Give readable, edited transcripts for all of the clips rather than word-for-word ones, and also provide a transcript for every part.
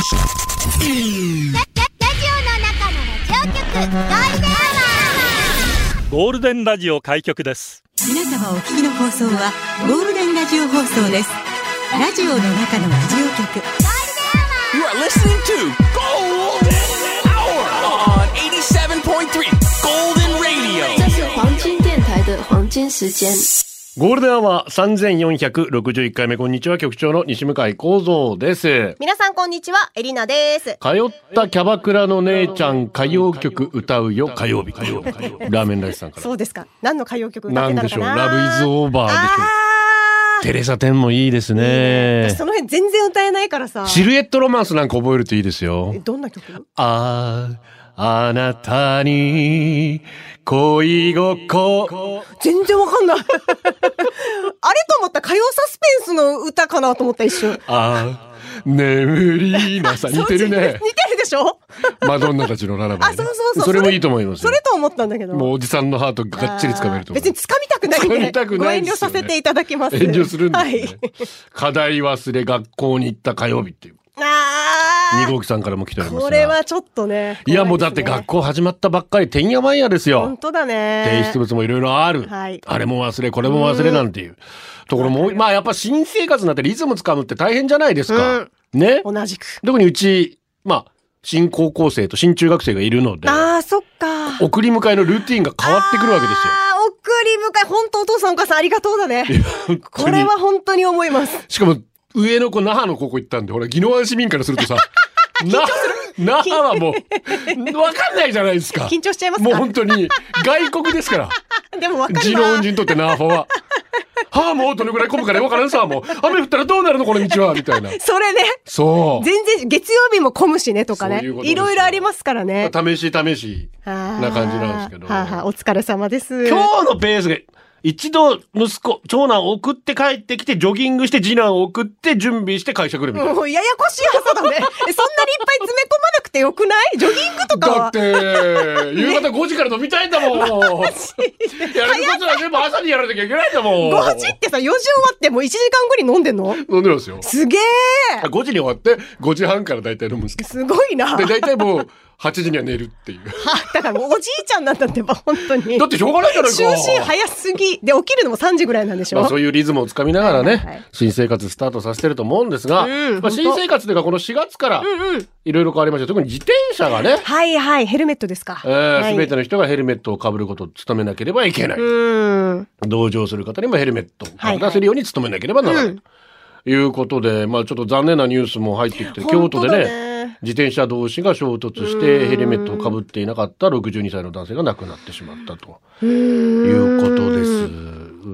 ゴールデンラジオ開局です。 皆様お聞きの放送はゴールデンラジオ放送です。ラジオの中のラジオ局 You are listening to Golden Hour on 87.3 Golden Radio。 这是黄金電台的黄金時間。 ゴールデンアワー3461回目。こんにちは、局長の西向井光三です。 皆さんこんにちは、エリナです。 通ったキャバクラの姉ちゃん歌謡曲歌うよ火曜日。ラーメンライスさんから。 そうですか。何の歌謡曲歌ってたのかな。 なんでしょう、ラブイズオーバーでしょう。テレサテンもいいですね。 私その辺全然歌えないからさ。 シルエットロマンスなんか覚えるといいですよ。 どんな曲？ あなたに恋ごっこ。 全然わかんない。あれと思った、歌謡サスペンスの歌かなと思った一瞬。 眠りなさ。似てるね。 似てるでしょ。 マドンナたちのララバイ、ね。そう。それもいいと思いますよ。 それと思ったんだけど。 もうおじさんのハートがっちり掴めると思う。 別に掴みたくないんで。掴みたくないですよね。ご遠慮させていただきます。 遠慮するんですね。 はい。 課題忘れ学校に行った火曜日っていう。二号機さんからも来ておりますが。 これはちょっとね。 いやもうだって学校始まったばっかりてんやわんやですよ。 本当だね。 提出物もいろいろある、はい。あれも忘れこれも忘れなんていうところも、まあやっぱ新生活になってリズムつかむって大変じゃないですか。ね。 同じく。 特にうちまあ新高校生と新中学生がいるので。 そっか。 送り迎えのルーティンが変わってくるわけですよ。 送り迎え、本当お父さんお母さんありがとうだね。これは本当に思います。 しかも上の子那覇の高校行ったんで、ほら宜野湾市民からするとさ那覇はもう分かんないじゃないですか。 緊張しちゃいますか。 もう本当に外国ですから。 でも分かるわ。 地の恩人にとって那覇はもうどのぐらい混むから分からんさ、もう雨降ったらどうなるのこの道はみたいな。 それね。そう。全然月曜日も混むしねとかね。いろいろありますからね。 試しな感じなんですけど。 お疲れ様です。 今日のペースが一度長男を送って帰ってきてジョギングして次男を送って準備して会社来るみたいな。 もうややこしい朝だね。そんなにいっぱい詰め込まなくてよくない？ジョギングとかは。 だって夕方5時から飲みたいんだもん。やることは全部朝にやらなきゃいけないんだもん。 5時ってさ、4時終わってもう1時間後に飲んでんの？ 飲んでますよ。 すげえ。 5時に終わって5時半からだいたい飲むんですけど。 すごいな。 でだいたいもう8時には寝るっていう。 だからもうおじいちゃんなんだってば本当に。 だってしょうがないじゃないか。 就寝早すぎで起きるのも3時ぐらいなんでしょ。 そういうリズムをつかみながらね、新生活スタートさせてると思うんですが、新生活というかこの4月からいろいろ変わりました。特に自転車がね。はいヘルメットですか。全ての人がヘルメットを被ることを努めなければいけない。同乗する方にもヘルメットを出せるように努めなければならない。ということで、まあちょっと残念なニュースも入ってきて、京都でね。自転車同士が衝突してヘルメットをかぶっていなかった62歳の男性が亡くなってしまったということです。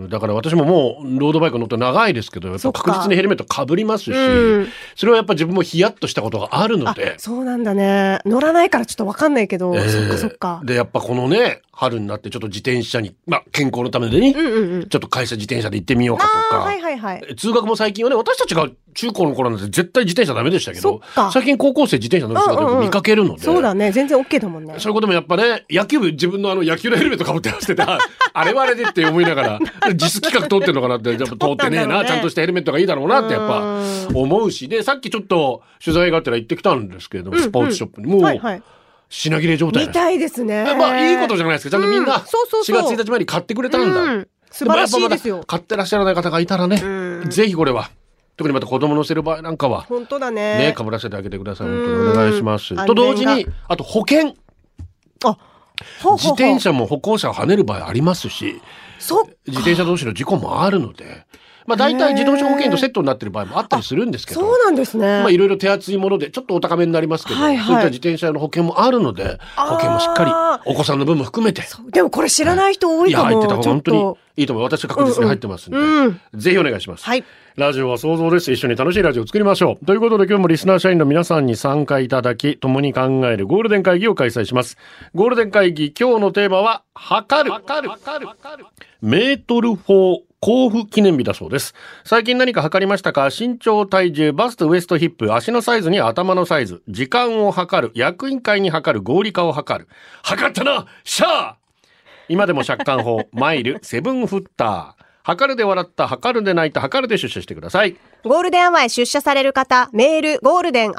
だから私ももうロードバイク乗って長いですけど、やっぱ確実にヘルメットかぶりますし、それはやっぱ自分もヒヤッとしたことがあるので。 そうなんだね。乗らないからちょっと分かんないけど、そっか。 でやっぱこのね春になってちょっと自転車に、健康のためでね、ちょっと会社自転車で行ってみようかとか、通学も最近はね、私たちが中高の頃なんて絶対自転車ダメでしたけど、最近高校生自転車乗る姿を見かけるので、 そうだね、全然 OK だもんね。 そういうこともやっぱね、野球部自分の野球のヘルメットかぶって走ってたあれはあれでって思いながら実企画通ってるのかなって、やっぱ通ってねえな、ちゃんとしたヘルメットがいいだろうなってやっぱ思うし、でさっきちょっと取材があってら行ってきたんですけれども、スポーツショップにもう品切れ状態。 みたいですね。 いいことじゃないですか。ちゃんとみんな4月1日前に買ってくれたんだ。 素晴らしいですよ。 買ってらっしゃらない方がいたらね、ぜひこれは特にまた子供乗せる場合なんかは本当だね。 被らせてあげてください。本当にお願いします。と同時にあと保険。自転車も歩行者をはねる場合ありますし、自転車同士の事故もあるので。大体自動車保険とセットになっている場合もあったりするんですけど、 そうなんですね。 いろいろ手厚いものでちょっとお高めになりますけど、そういった自転車の保険もあるので、保険もしっかりお子さんの分も含めて。 でもこれ知らない人多いかも。 入ってた方が本当にいいと思う。私は確実に入ってますんで、ぜひお願いします。ラジオは想像です。一緒に楽しいラジオを作りましょう。ということで今日もリスナー社員の皆さんに参加いただき、共に考えるゴールデン会議を開催します。ゴールデン会議、今日のテーマは測る。メートル4甲府記念日だそうです。最近何か測りましたか？身長、体重、バスト、ウエスト、ヒップ、足のサイズに頭のサイズ、時間を測る、役員会に測る、合理化を測る。測ったな、シャー。今でも借款法、マイル、セブンフッター。 測るで笑った、測るで泣いた、測るで出社してください。 ゴールデンアワーへ出社される方、メール、ゴールデン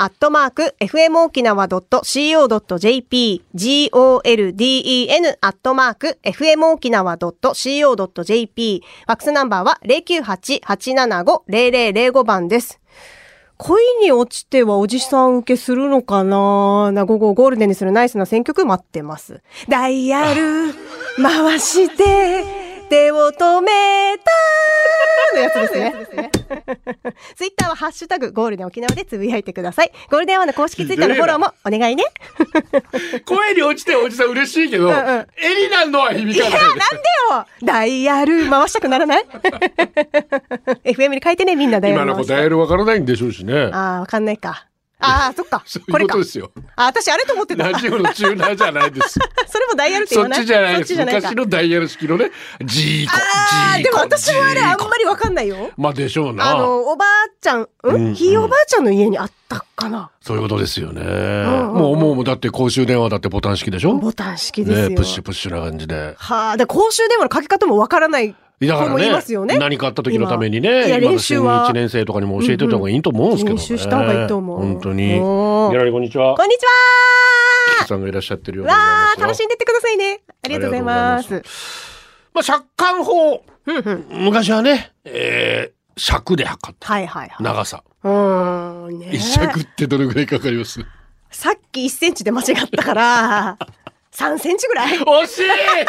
@fmokinawa.co.jp、golden@fmokinawa.co.jp、ファックスナンバーは 098-875-0005 番です。恋に落ちてはおじさん受けするのかな。午後をゴールデンにするナイスな選曲待ってます。ダイヤル回して手を止めたのやつですね。ツイッターはハッシュタグゴールデン沖縄でつぶやいてください。ゴールデンアワーの公式ツイッターのフォローもお願いね。 声に落ちておじさん嬉しいけど、絵になるのは響かない。いや、 なんでよ。ダイヤル回したくならない？FM に書いてね、みんなダイヤル。 今の子ダイヤルわからないんでしょうしね。 ああ、わかんないか。ああ、そっか。 そういうことですよ。 あ、私あれと思ってた。 ラジオのチューナーじゃないです。 それもダイヤルって言わない？ そっちじゃないです。昔のダイヤル式のね、ジーコ。 ああ、でも私もあれあんまりわかんないよ。 まあでしょうな。 おばあちゃん、ひいおばあちゃんの家にあったかな。そういうことですよね。もうだって公衆電話だってボタン式でしょ？ボタン式ですよ。 ね、プッシュな感じで。 はあ、で公衆電話のかけ方もわからない。 だからね、何かあった時のためにね、今の新1年生とかにも教えておいた方がいいと思うんですけどね。 練習した方がいいと思う。 本当に。ギャラリーこんにちは。 こんにちは。 キキさんがいらっしゃってるようでございますよ。 楽しんでってくださいね。ありがとうございます。 まあ、尺貫法。昔はね、尺で測った。長さ。一尺ってどれぐらいかかります？ さっき1センチで間違ったから、3センチぐらい？ 惜しい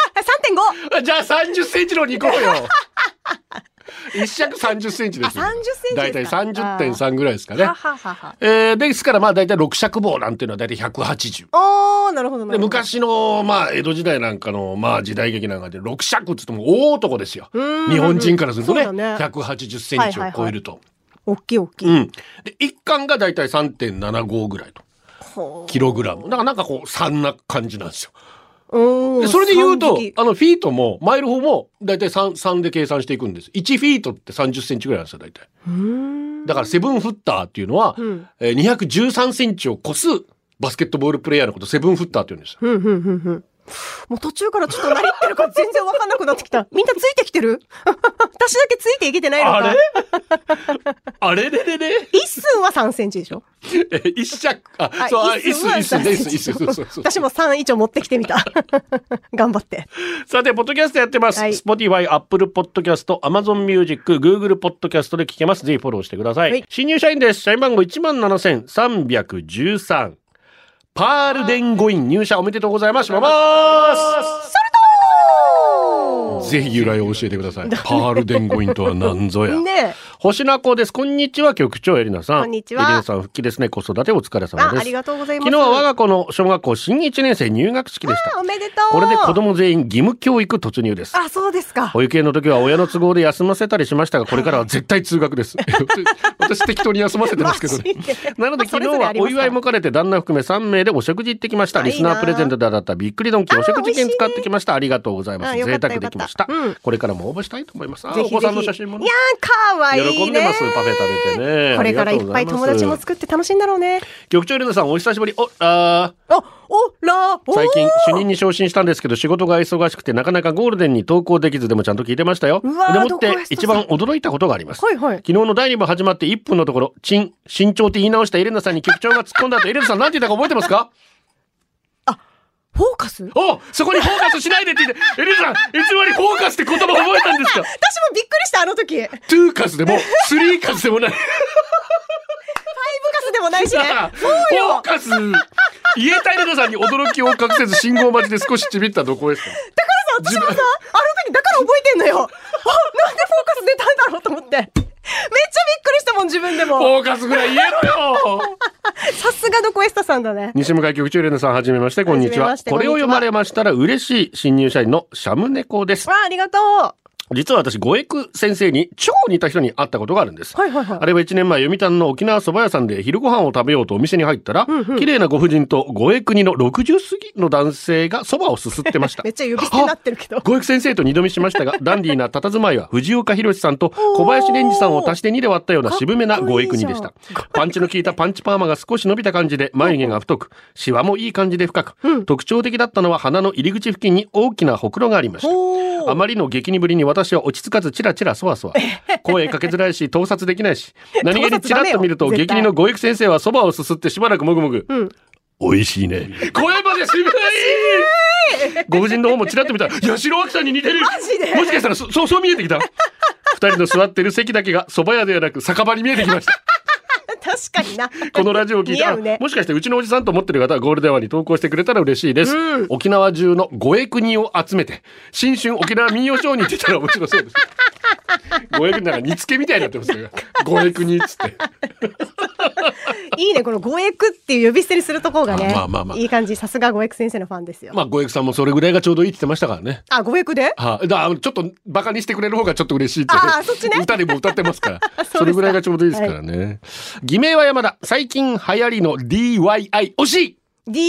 !3.5! じゃあ30センチの2個よ。一尺30センチですよ。 30センチですか。 だいたい 30.3 ぐらいですかね。ですからまあだいたい6尺棒なんていうのはだいたい180。 なるほど。 で昔のまあ江戸時代なんかのまあ時代劇なんかで6尺って言っても大男ですよ。日本人からするとね、180センチを超えると。 大きい。 で一貫がだいたい 3.75 ぐらいと。キログラム。だからなんかこう3な感じなんですよ。それで言うと、フィートも、マイル法も、だいたい3で計算していくんです。1フィートって30センチぐらいなんですよ、だいたい。だから、セブンフッターっていうのは、213センチを超すバスケットボールプレイヤーのこと、セブンフッターって言うんですよ。 もう途中からちょっと何言ってるか全然わかんなくなってきた。みんなついてきてる？私だけついていけてないのか。 あれれ一寸は3センチでしょ？ 一尺、一寸。私も3以上持ってきてみた。頑張って。 さて、ポッドキャストやってます。Spotify、Apple Podcast、Amazon Music、Google Podcast で聞けます。ぜひフォローしてください。新入社員です。社員番号17,313。パールデンゴイン入社おめでとうございます。しますぜひ由来を教えてください。パールデンゴインとは何ぞや。星名子です。こんにちは、局長エリナさん。 こんにちは。 エリナさん復帰ですね。子育てお疲れ様です。 ありがとうございます。 昨日は我が子の小学校新1年生入学式でした。 おめでとう。 これで子供全員義務教育突入です。 そうですか。 保育園の時は親の都合で休ませたりしましたが、これからは絶対通学です。私適当に休ませてますけどね。なので昨日はお祝いも兼ねて旦那含め3名でお食事行ってきました。リスナープレゼントで当たったびっくりドンキーお食事券使ってきました。ありがとうございます。贅沢できました。これからも応募したいと思います。お子さんの写真もね。 いやー、かわいいね。 喜んでます。パフェ食べてね。 これからいっぱい友達も作って楽しいんだろうね。 局長エレナさんお久しぶり。 最近主任に昇進したんですけど仕事が忙しくてなかなかゴールデンに投稿できずでもちゃんと聞いてましたよ。でもって一番驚いたことがあります。昨日の第2部始まって1分のところ身長って言い直したエレナさんに局長が突っ込んだとエレナさん何て言ったか覚えてますか？ フォーカス？ そこにフォーカスしないでって言って、エレナさん、いつまでフォーカスって言葉覚えたんですか？ 私もびっくりした、あの時。 2カスでも、3カスでもない。5カスでもないしね。 フォーカス。言えたエレナさんに驚きを隠せず信号待ちで少しちびったどこですか？ だからさ、私もさ、あの時だから覚えてんのよ。なんでフォーカス出たんだろうと思って。めっちゃびっくりしたもん、自分でも。 フォーカスぐらい言えろよ。 さすがドコエスタさんだね。 西向井局長エレナさんはじめまして、こんにちは。これを読まれましたら嬉しい新入社員のシャムネコです。 ありがとう。 実は私、ゴエク先生に超似た人に会ったことがあるんです。あれは1年前、読谷の沖縄蕎麦屋さんで昼ご飯を食べようとお店に入ったら、綺麗なご婦人とゴエクにの60過ぎの男性が蕎麦をすすってました。 めっちゃ呼び捨てになってるけど。 ゴエク先生と二度見しましたが、ダンディーな佇まいは藤岡弘さんと小林蓮司さんを足して2で割ったような渋めなゴエクにでした。パンチの効いたパンチパーマが少し伸びた感じで、眉毛が太く、シワもいい感じで深く、特徴的だったのは鼻の入り口付近に大きなほくろがありました。あまりの激似ぶりに私私は落ち着かずチラチラそわそわ。声かけづらいし盗撮できないし、何気にチラッと見ると激似の五育先生はそばをすすってしばらくもぐもぐ。美味しいね。声まで渋い。ご婦人の方もチラッと見たら八代亜紀さんに似てる。 マジでもしかしたらそう見えてきた。二人の座ってる席だけが蕎麦屋ではなく酒場に見えてきました。 確かにな。 このラジオを聞いて、ね、もしかしてうちのおじさんと思ってる方はゴールデンアワーに投稿してくれたら嬉しいです、沖縄中の五重国を集めて新春沖縄民謡ショーに出たら面白そうです。五重国なんか煮付けみたいになってますよ。五重国っつっていいね、この五重区っていう呼び捨てにするところがね、いい感じ。さすが五重先生のファンですよ。 五重さんもそれぐらいがちょうどいいって言ってましたからね。 五重で、 ちょっとバカにしてくれる方がちょっと嬉しいって、 そっちね、 歌でも歌ってますからそれぐらいがちょうどいいですからね、偽名は山田。最近流行りの DIY 惜しい。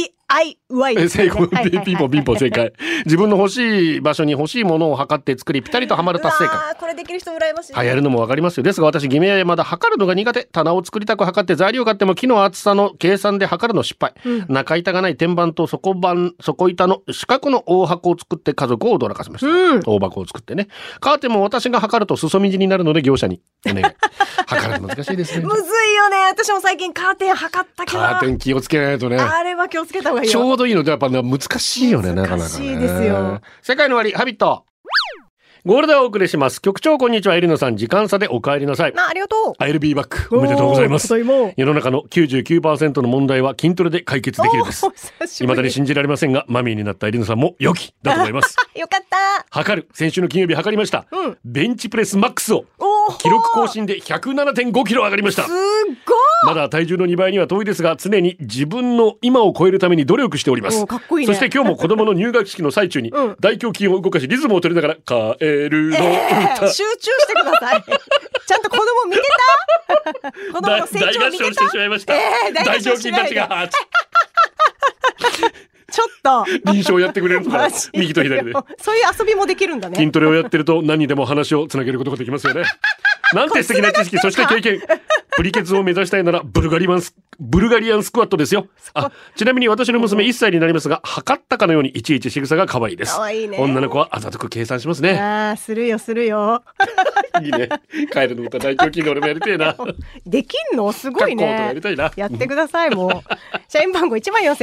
DIY ですね。ピンポンピンポン正解。自分の欲しい場所に欲しいものを測って作りピタリとはまる達成感。 これできる人羨ましい。 流行るのもわかりますよ。ですが私偽名はまだ測るのが苦手。棚を作りたく測って材料買っても木の厚さの計算で測るの失敗、中板がない天板と底板の四角の大箱を作って家族を驚かせました、大箱を作ってね。カーテンも私が測ると裾道になるので業者にお願い。測るの難しいですね。 むずいよね。私も最近カーテン測ったけど、 カーテン気をつけないとね。 あれは気をつけた方がいいよ。 ちょうどいいのでやっぱ難しいよね。なかなかね。難しいですよ。世界の終わりハビット。ゴールデンをお送りします。局長こんにちは。エリノさん、時間差でお帰りなさい。 ありがとう。 I'll be back。おめでとうございます。世の中の 99% の問題は筋トレで解決できるです。未だに信じられませんが、マミーになったエリノさんも良きだと思います。 よかった。 測る。先週の金曜日測りました、ベンチプレスマックスを記録更新で 107.5 キロ上がりました。 すごい。 まだ体重の2倍には遠いですが、常に自分の今を超えるために努力しております。 かっこいいね。 そして今日も子供の入学式の最中に大胸筋を動かしリズムを取りながらカエルの歌、 集中してください。ちゃんと子供見てた？子供の成長見てた？ 大合唱してしまいました。大胸筋たちがちょっと臨床やってくれるのか。右と左でそういう遊びもできるんだね。 筋トレをやってると何にでも話をつなげることができますよね。なんて素敵な知識、そして経験。プリケツを目指したいならブルガリアンスクワットですよ。ちなみに私の娘1歳になりますが、測ったかのようにいちいち仕草が可愛いです。 可愛いね。 女の子はあざとく計算しますね。 するよいいね。カエルの歌大胸筋で俺もやりたいな。 できんのすごいね。 やりたいな。 やってください。もう社員番号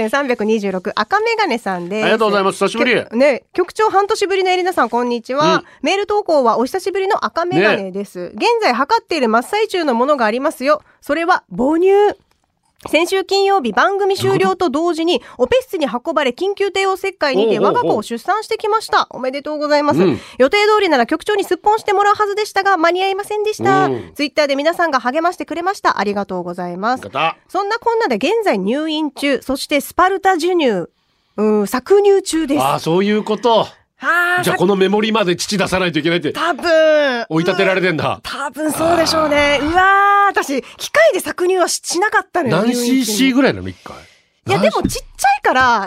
14,326 赤メガネさんです。 ありがとうございます。久しぶりね。局長半年ぶりのエリナさんこんにちは、メール投稿はお久しぶりの赤メガネです、現在測っている真っ最中のものがありますよ。それは母乳。先週金曜日番組終了と同時にオペ室に運ばれ緊急帝王切開にて我が子を出産してきました。おめでとうございます、予定通りなら局長にすっぽんしてもらうはずでしたが間に合いませんでした、ツイッターで皆さんが励ましてくれました。ありがとうございます。そんなこんなで現在入院中、そしてスパルタ授乳搾乳中です。 そういうこと。じゃあこのメモリまで父出さないといけないって多分追い立てられてんだ。 多分そうでしょうね。うわー、私機械で搾乳はしなかったのよ。 何 cc ぐらいなの1回。 いやでもちっちゃいから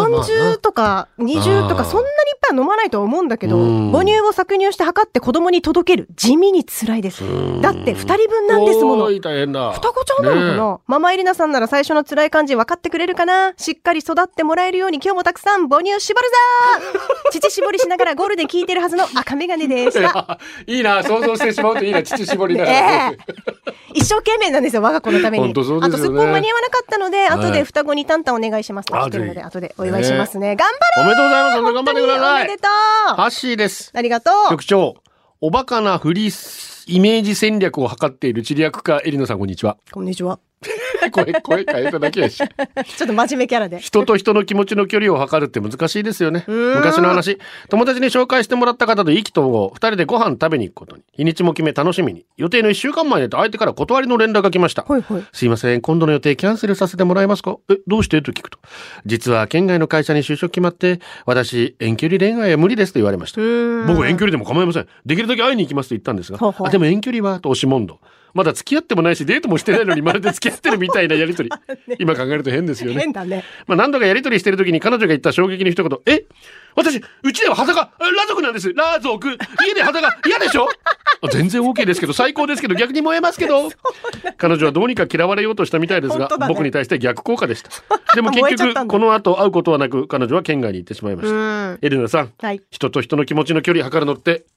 40とか20とかそんなにいっぱい飲まないとは思うんだけど、母乳を搾乳して測って子供に届ける、地味に辛いです。だって2人分なんですもの。 大変だ。 双子ちゃんなのかな、ママエリナさんなら最初の辛い感じ分かってくれるかな。しっかり育ってもらえるように今日もたくさん母乳絞るぞ乳絞りしながらゴールで聞いてるはずの赤メガネでした。 いいな、想像してしまうといいな。乳絞りながら、 一生懸命なんですよ、我が子のために。 本当そうですよね。 あとすっぽん間に合わなかったので、後で双子にタンタンお願いしますと来てるので、後でお祝いしますね。頑張れ。 おめでとうございます。頑張ってください。 おめでとう。 ハッシーです。 ありがとう。 局長、おバカなフリーイメージ戦略を図っている地理学家エリノさん、こんにちは。 こんにちは。 声変えただけやし。ちょっと真面目キャラで。 人と人の気持ちの距離を測るって難しいですよね。昔の話、友達に紹介してもらった方と意気投合、2人でご飯食べに行くことに。日にちも決め楽しみに。予定の1週間前で相手から断りの連絡が来ました。すいません、今度の予定キャンセルさせてもらえますか。どうしてと聞くと、実は県外の会社に就職決まって、私遠距離恋愛は無理ですと言われました。僕遠距離でも構いません、できるだけ会いに行きますと言ったんですが、でも遠距離はと押し問答。まだ付き合ってもないしデートもしてないのにまるで付き合ってるみたいなやりとり今考えると変ですよね。 変だね。 何度かやりとりしてる時に彼女が言った衝撃の一言、私うちでは裸裸族なんです。裸族家で裸嫌でしょ全然 OK ですけど、最高ですけど、逆に燃えますけど彼女はどうにか嫌われようとしたみたいですが、僕に対して逆効果でした。でも結局この後会うことはなく、彼女は県外に行ってしまいました。エリナさん、人と人の気持ちの距離測るのって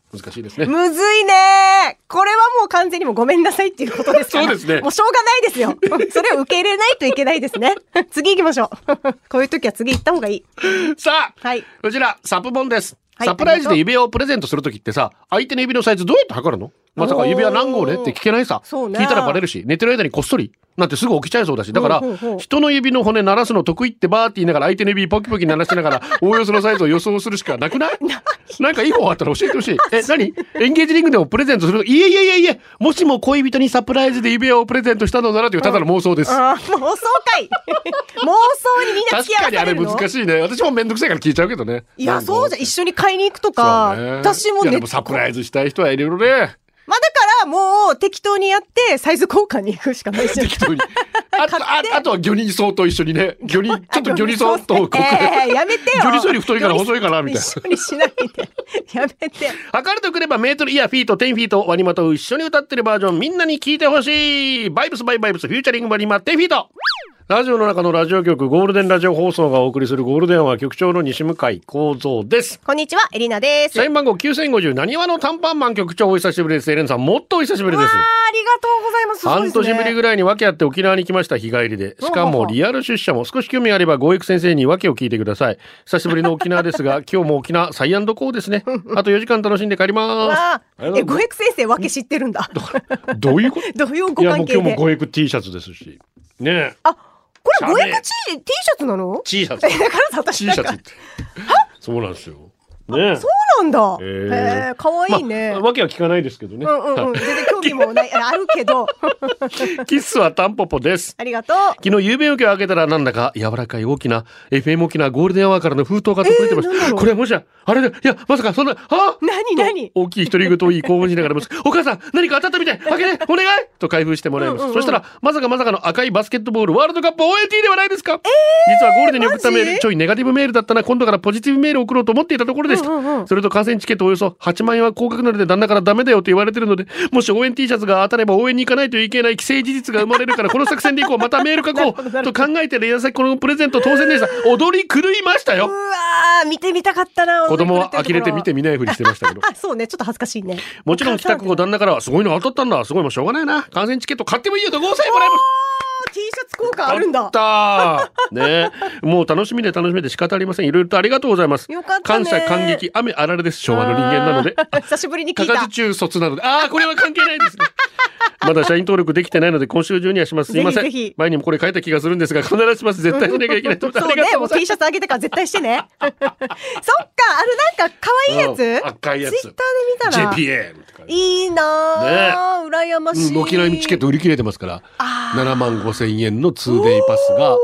難しいですね。 むずいね。これはもう完全にもごめんなさいっていうことですから。 そうですね。 もうしょうがないですよ。それを受け入れないといけないですね。次行きましょう。こういう時は次行った方がいい。 さあ、 はい、 こちらサプボンです。 はい、 サプライズで指輪をプレゼントするときってさ、相手の指のサイズどうやって測るの？まさか指輪何号ねって聞けないさ。 そうね。 聞いたらバレるし、寝てる間にこっそりなんてすぐ起きちゃいそうだし、だから、人の指の骨鳴らすの得意ってバーって言いながら相手の指ポキポキ鳴らしながらおおよそのサイズを予想するしかなくない？なんかいい方あったら教えてほしい。何？エンゲージリングでもプレゼントする？いえ、もしも恋人にサプライズで指輪をプレゼントしたのならというただの妄想です。 妄想かい。妄想にみんな付き合わされるの？ 確かにあれ難しいね。私もめんどくさいから聞いちゃうけどね。 いや、そうじゃ、一緒に買いに行くとか、私もね。 いやでもサプライズしたい人はいるよね。 まあだからもう適当にやってサイズ交換に行くしかないじゃん。 適当に。あとは魚人層と一緒にね。ちょっと魚人層とやめてよ。 魚人層より太いから細いかなみたいな。 一緒にしないで。やめて。 測るとくればメートルイヤーフィート10フィートワニマと一緒に歌ってるバージョンみんなに聞いてほしい。バイブスバイバイブスフューチャリングワニマ10フィート。ラジオの中のラジオ局ゴールデンラジオ放送がお送りするゴールデンは局長の西向井光三です。 こんにちは、エリナです。 社員番号9050なにわの短パンマン局長お久しぶりです。エレンさんもっとお久しぶりです。 ありがとうございます。 半年ぶりぐらいに訳あって沖縄に来ました。日帰りで、しかもリアル出社も。少し興味あればゴエク先生に訳を聞いてください。久しぶりの沖縄ですが今日も沖縄サイアンドコーですね。あと4時間楽しんで帰ります。 ゴエク先生訳知ってるんだ。 どういうことどういうご関係で。 いやもう今日もゴエク T シャツですしね。 これゴエク T シャツなの？ T シャツ。 だから私 T シャツって。そうなんですよ。ね。 そうなんだ。可愛いね。 わけは聞かないですけどね。 全然興味もないあるけど。 キスはタンポポです。 ありがとう。 昨日郵便受けを開けたらなんだか柔らかい大きな FM 沖縄ゴールデンアワーからの封筒が届いてました。これはもしやあれでいやまさかそんな何大きい独り言を言い興奮しながらお母さん何か当たったみたい開けてお願いと開封してもらいます。そしたらまさかの赤いバスケットボールワールドカップ ONT ではないですか。実はゴールデンに送ったメールちょいネガティブメールだったな。今度からポジティブメールを送ろうと思っていたところでした。それと観戦チケットおよそ8万円は高額なので旦那からダメだよと言われてるので、もし応援 T シャツが当たれば応援に行かないといけない既成事実が生まれるからこの作戦でいこう。またメール書こうと考えてる矢先このプレゼント当選でした。踊り狂いましたよ。 うわー見てみたかったな。 子供は呆れて見て見ないふりしてましたけどそうねちょっと恥ずかしいね。 もちろん帰宅後旦那からはすごいの当たったんだすごいもうしょうがないな観戦チケット買ってもいいよと5000円もらいます。 T シャツ効果あるんだ。 あったね。もう楽しみで仕方ありません。いろいろとありがとうございます。 よかったね。 感謝感激雨あられです。昭和の人間なので久しぶりに聞いた。 かかず中卒なのでこれは関係ないですねまだ社員登録できてないので今週中にはします。すいません。 ぜひぜひ前にもこれ書いた気がするんですが必ずします絶対しなきゃいけないと思ってそうねもう T シャツあげてから絶対してねそっかなんか可愛いやつ赤いやつツイッターで見たら JPN いいなぁ、羨ましい。 沖縄にチケット売り切れてますから7万5,000円の 2day パスが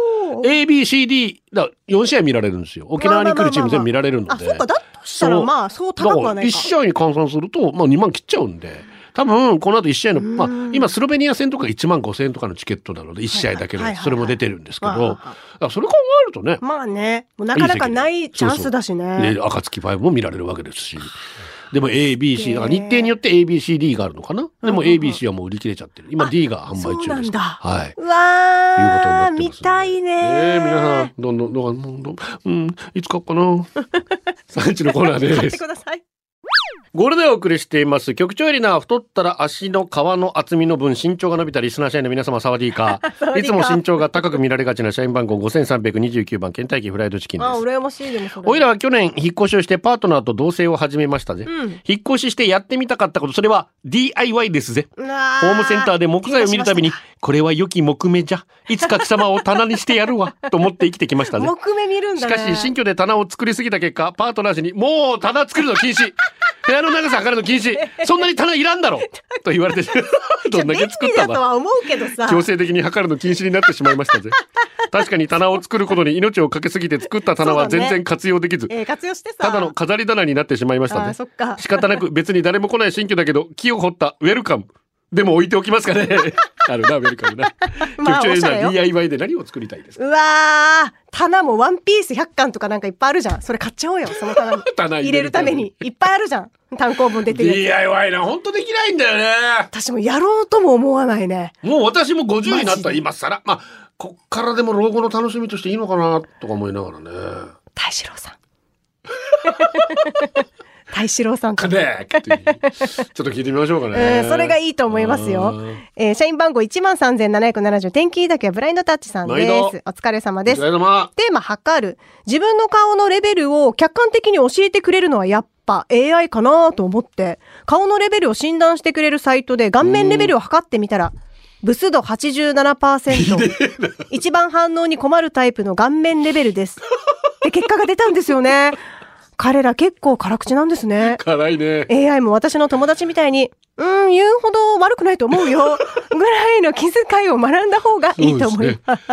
ABCD だ4試合見られるんですよ。沖縄に来るチーム全部見られるので。 そっかだとしたらまあそう高くはないか。 1試合に換算すると2万切っちゃうんで多分この後1試合の今スロベニア戦とか1万5,000円とかのチケットなので1試合だけのそれも出てるんですけどそれ考えるとねまあねもうなかなかないチャンスだしね。 暁5も見られるわけですしでも ABC だから日程によって ABCD があるのかな。でも ABC はもう売り切れちゃってる。今 D が販売中です。はい。 うわーいうことになってます、 見たいね皆さんどんいつ買おうかなサンチのコーナーです。 買ってください。 ゴールデンをお送りしています局長エリナ太ったら足の皮の厚みの分身長が伸びたリスナー社員の皆様サワディーカーいつも身長が高く見られがちな社員番号5329番ケンタッキーフライドチキンです。 羨ましい。でもそれおいらは去年引っ越しをしてパートナーと同棲を始めましたぜ、引っ越ししてやってみたかったことそれは DIY ですぜ。ホームセンターで木材を見るたびにこれは良き木目じゃいつか貴様を棚にしてやるわと思って生きてきましたぜ。 木目見るんだね。 しかし新居で棚を作りすぎた結果パートナー氏にもう棚作るの禁止部屋の長さ測るの禁止そんなに棚いらんだろと言われてどんだけ作ったんだ。 便利だとは思うけどさ強制的に測るの禁止になってしまいましたぜ確かに棚を作ることに命をかけすぎて作った棚は全然活用できず、 活用してさただの飾り棚になってしまいましたぜ。 そっか仕方なく別に誰も来ない新居だけど木を掘ったウェルカムでも置いておきますかねあるなウェルカムな局長エリナ DIY で何を作りたいですか。 うわー棚もワンピース100巻とかなんかいっぱいあるじゃん。それ買っちゃおうよその棚に入れるためにいっぱいあるじゃん単行本出てるやつ。 DIY な本当できないんだよね。 私もやろうとも思わないね。 もう私も50になったら今更こっからでも老後の楽しみとしていいのかなとか思いながらね。 大志郎さん太志郎さんと。 ちょっと聞いてみましょうかね。 それがいいと思いますよ。社員番号13,770天気だけはブラインドタッチさんです。お疲れ様です。テーマ測る。自分の顔のレベルを客観的に教えてくれるのはやっぱ AI かなと思って、顔のレベルを診断してくれるサイトで顔面レベルを測ってみたら、ブス度 87%。一番反応に困るタイプの顔面レベルです。で、結果が出たんですよね。彼ら結構辛口なんですね。 辛いね。 AI も私の友達みたいに、言うほど悪くないと思うよ。ぐらいの気遣いを学んだ方がいいと思います。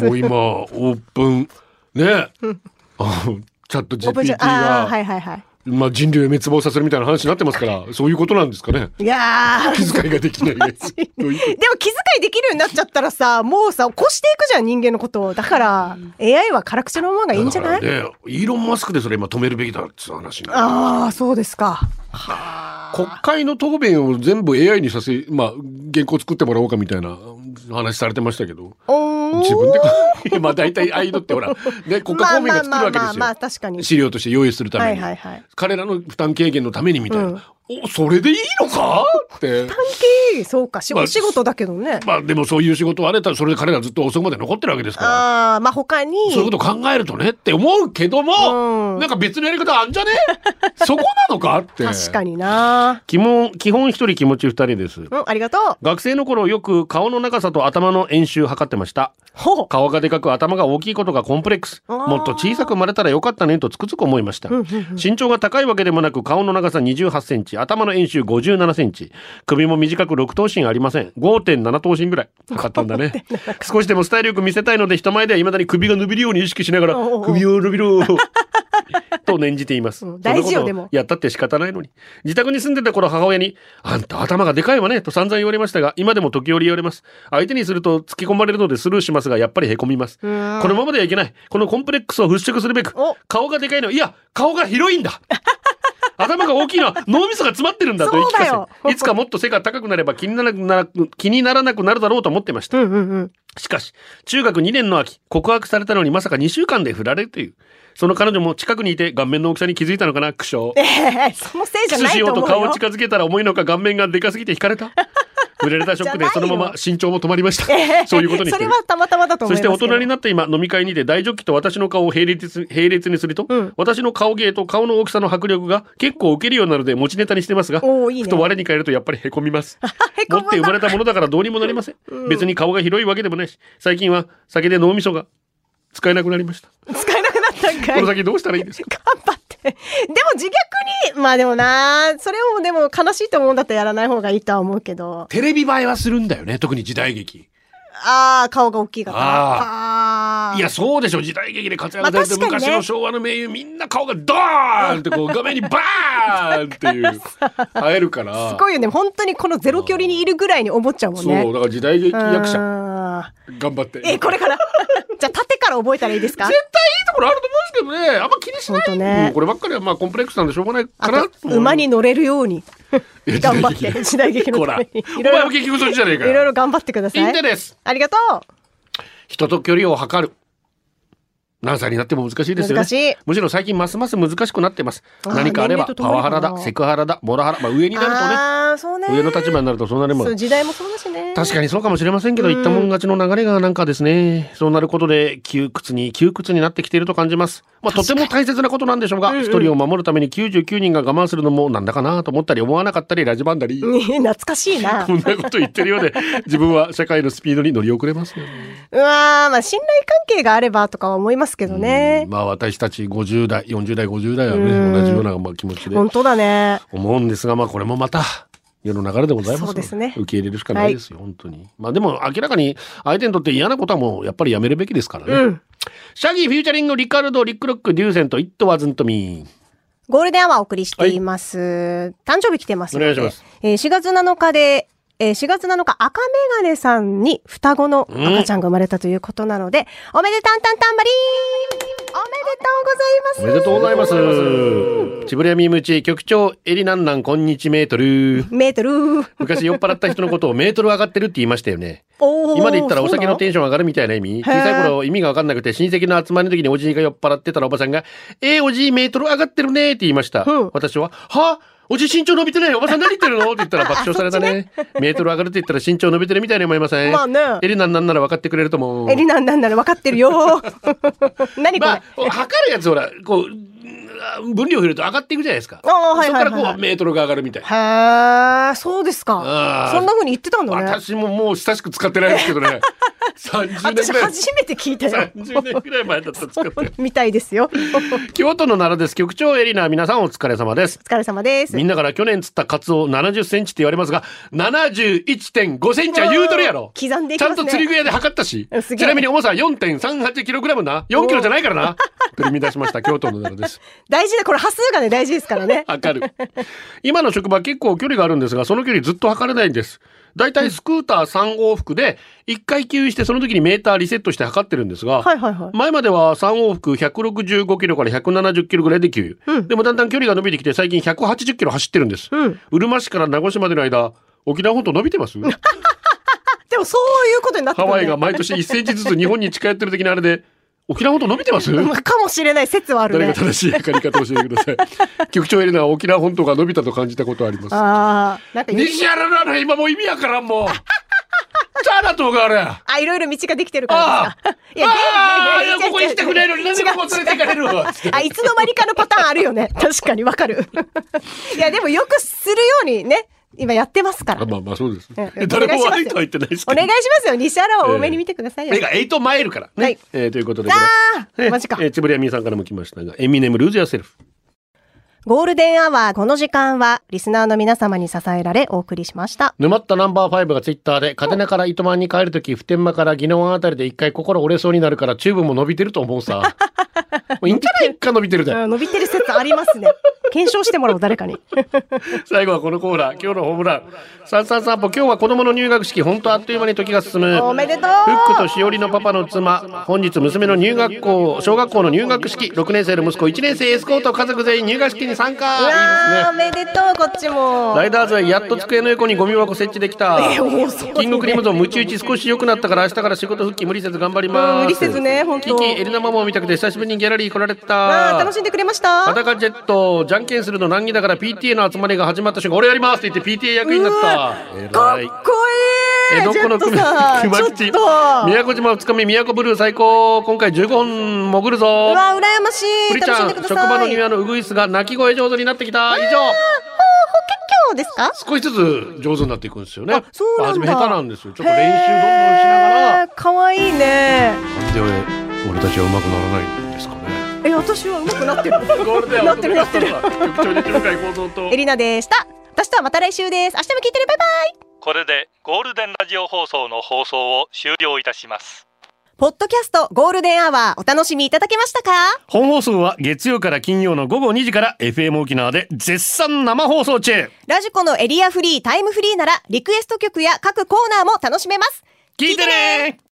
もう今、オープン、ね。チャット GPT が。 はいはいはい。 まあ人類を滅亡させるみたいな話になってますから、そういうことなんですかね。 いやー。 気遣いができない。でも気遣いできるようになっちゃったらさ、もうさ、越していくじゃん、人間のことを。だから、AI は辛口のままがいいんじゃない？ ね、イーロン・マスクでそれ今止めるべきだって話になる。 ああ、そうですか。 国会の答弁を全部 AI にさせ、まあ、原稿作ってもらおうかみたいな話されてましたけど。自分で、まあ大体ああいうのってほら、ね、国家公務員が作るわけですよ。 まあ確かに。 資料として用意するために。彼らの負担軽減のためにみたいな。それでいいのかって。 負担軽減、そうか、お仕事だけどね。 まあでもそういう仕事はあれたら、それで彼らずっと遅くまで残ってるわけですから。 ああ、まあ他に。 そういうこと考えるとねって思うけども、なんか別のやり方あんじゃねそこなのかって。 確かにな。 基本一人気持ち二人です。 ありがとう。 学生の頃よく顔の長さと頭の円周測ってました。顔がでかく頭が大きいことがコンプレックス。もっと小さく生まれたらよかったねとつくづく思いました。身長が高いわけでもなく顔の長さ28センチ、頭の円周57センチ、首も短く6頭身ありません。5.7 頭身ぐらい測ったんだね。少しでもスタイルよく見せたいので人前では未だに首が伸びるように意識しながら首を伸びろと念じています。 大事よでも。 やったって仕方ないのに。自宅に住んでた頃母親にあんた頭がでかいわねと散々言われましたが、今でも時折言われます。相手にすると突き込まれるのでスルーしますが、やっぱりへこみます。このままではいけない。このコンプレックスを払拭するべく、顔がでかいの、いや顔が広いんだ頭が大きいのは脳みそが詰まってるんだと言い聞かせ、いつかもっと背が高くなれば気にならなくなるだろうと思ってました。しかし中学2年の秋、告白されたのにまさか2週間で振られるという。その彼女も近くにいて顔面の大きさに気づいたのかな。苦笑。 そのせいじゃないと思うよ。キスしようと顔を近づけたら思いのほか顔面がでかすぎて惹かれた。触れられたショックでそのまま身長も止まりました。そういうことにしてる。 それはたまたまだと思いますけど。 そして大人になった今、飲み会にて大ジョッキと私の顔を並列にすると、私の顔芸と顔の大きさの迫力が結構受けるようになるので持ちネタにしてますが、ふと我に返るとやっぱりへこみます。持って生まれたものだからどうにもなりません。別に顔が広いわけでもないし、最近は酒で脳みそが使えなくなりました。 使えなくなったんかい。 この先どうしたらいいですか。 頑張って。でも自虐に、まあでもな、それをでも悲しいと思うんだったらやらない方がいいとは思うけど。 テレビ映えはするんだよね、特に時代劇。 ああ、顔が大きい方。 いや、そうでしょ。時代劇で活躍されて、昔の昭和の名優みんな顔がドーンってこう画面にバーンっていう映えるから。 すごいよね。本当にこのゼロ距離にいるぐらいに思っちゃうもんね。 そう、だから時代劇役者頑張って。 これからじゃあ縦から覚えたらいいですか。 絶対いいところあると思うんですけどね。あんま気にしない。ね、こればっかりはまあコンプレックスなんでしょうがないかな。 馬に乗れるように頑張って時代劇のために。 お前も結局そっちじゃねえかよ。 いろいろ頑張ってください。 いいんです。 ありがとう。 人と距離を測る。何歳になっても難しいですよね。 難しい。 むしろ最近ますます難しくなってます。何かあればパワハラだ、セクハラだ、モラハラ、まあ上になるとね、上の立場になるとそうなります。 時代もそうだしね。 確かにそうかもしれませんけど、言ったもん勝ちの流れがなんかですね、そうなることで窮屈になってきていると感じます。まあとても大切なことなんでしょうが、一人を守るために99人が我慢するのもなんだかなと思ったり思わなかったりラジバンだり。 懐かしいな。 こんなこと言ってるようで、自分は社会のスピードに乗り遅れますよね。 まあ信頼関係があればとかは思いますけどね。 まあ私たち50代、40代、50代はね、同じようなまあ気持ちで。 本当だね。 思うんですが、まあこれもまた、世の流れでございます。 そうですね。 受け入れるしかないですよ、本当に。まあでも明らかに相手にとって嫌なことはもうやっぱりやめるべきですからね。シャギーフューチャリングリカルド、リックロック、デューセント、イットワズントミー。 ゴールデンアワーお送りしています。誕生日来てますので。 お願いします。 4月7日で、4月7日赤メガネさんに双子の赤ちゃんが生まれたということなので、おめでたんたんたんばりーおめでとうございます。 おめでとうございます。ちぶりやみむち局長エリなんなんこんにちメートル。昔酔っ払った人のことをメートル上がってるって言いましたよね。今で言ったらお酒のテンション上がるみたいな意味。小さい頃意味が分かんなくて親戚の集まりの時におじいが酔っ払ってたらおばさんがおじいメートル上がってるねって言いました。私はおじ身長伸びてないおばさん何言ってるのって言ったら爆笑されたね。メートル上がるって言ったら身長伸びてるみたいに思いません？まあね。エリなんなんなら分かってくれると思う。 エリなんなんなら分かってるよ。何これ、 測るやつほらこう分量振ると上がっていくじゃないですか。そこからこうメートルが上がるみたいな。 へー、そうですか。そんな風に言ってたんだね。 私ももう親しく使ってないですけどね。30年ぐらい。 私初めて聞いたよ。 30年ぐらい前だったら使ってるみたいですよ。 京都の奈良です。局長エリナ、皆さんお疲れ様です。 お疲れ様です。 みんなから去年釣ったカツオ70センチって言われますが 71.5 センチは言うとるやろ。 刻んでいきますね。 ちゃんと釣り具屋で測ったし、ちなみに重さ 4.38 キログラムな。4キロじゃないからな。取り乱しました京都の奈良です。 大事だ、これ端数がね大事ですからね。 測る。今の職場結構距離があるんですが、その距離ずっと測れないんです。だいたいスクーター3往復で1回給油してその時にメーターリセットして測ってるんですが、前までは3往復165キロから170キロぐらいで給油、でもだんだん距離が伸びてきて最近180キロ走ってるんです、うるま市から名護市までの間沖縄本島伸びてますでもそういうことになってる、ね、 ハワイが毎年1センチずつ日本に近寄ってる的なあれで沖縄本島伸びてますかもしれない説はあるね。 誰が正しい測り方を教えてください。局長エレナは沖縄本島が伸びたと感じたことあります。 なんか西原なら今もう意味やからんもうチャーナ島があれいろいろ道ができてるからですか。 いやここ行きたくないのに何でここ連れて行かれるわ。 いつの間にかのパターンあるよね。確かにわかる。いやでもよくするようにね今やってますから。 まあそうです。誰も悪いとは言ってないですけど。 お願いしますよ。西原を多めに見てくださいよ。 8マイルからね。ということで。 マジか。 ちぶりやみーさんからも来ましたが、エミネムルーズヤセルフ。 ゴールデンアワーこの時間はリスナーの皆様に支えられお送りしました。 沼ったナンバー5がツイッターで、嘉手納から糸満に帰るとき普天間から宜野湾あたりで一回心折れそうになるからチューブも伸びてると思うさ。もういいんじゃないか伸びてるだよ。 伸びてる説ありますね。検証してもらおう誰かに。 最後はこのコーナー、今日のホームラン。三三散歩、今日は子供の入学式、本当あっという間に時が進む。 おめでとう。 フックとしおりのパパの妻、本日娘の入学校、小学校の入学式、6年生の息子、1年生エスコート家族全員入学式に参加。いいですね。 おめでとう、こっちも。 ライダーズはやっと机の横にゴミ箱設置できた。キングクリムゾンムチ打ち少し良くなったから明日から仕事復帰無理せず頑張ります。 無理せずね、本当。 キキエリナママを見たくて久しぶりにギャラリー来られた。 楽しんでくれました。 裸ジェット、じゃんけんするの難儀だから PTA の集まりが始まった瞬間俺やりますって言って PTA 役員になった。 かっこいい。 どこの熊吉宮古島2日目宮古ブルー最高。今回15本潜るぞ。 うわ羨ましい。 プリちゃん職場の庭のウグイスが鳴き声上手になってきた。以上。 ですか？ 少しずつ上手になっていくんですよね。 そうなんだ。 初め下手なんですよ。ちょっと練習どんどんしながら。 可愛いね。 なんで俺たちは上手くならないんですかね。 私は上手くなってる。なってる。 局長に向井幸三とエリナでした。私とはまた来週です。明日も聞いてね。バイバイ。 これでゴールデンラジオ放送の放送を終了いたします。 ポッドキャストゴールデンアワーお楽しみいただけましたか？ 本放送は月曜から金曜の午後2時から FM 沖縄で絶賛生放送中。 ラジコのエリアフリータイムフリーならリクエスト曲や各コーナーも楽しめます。 聞いてね。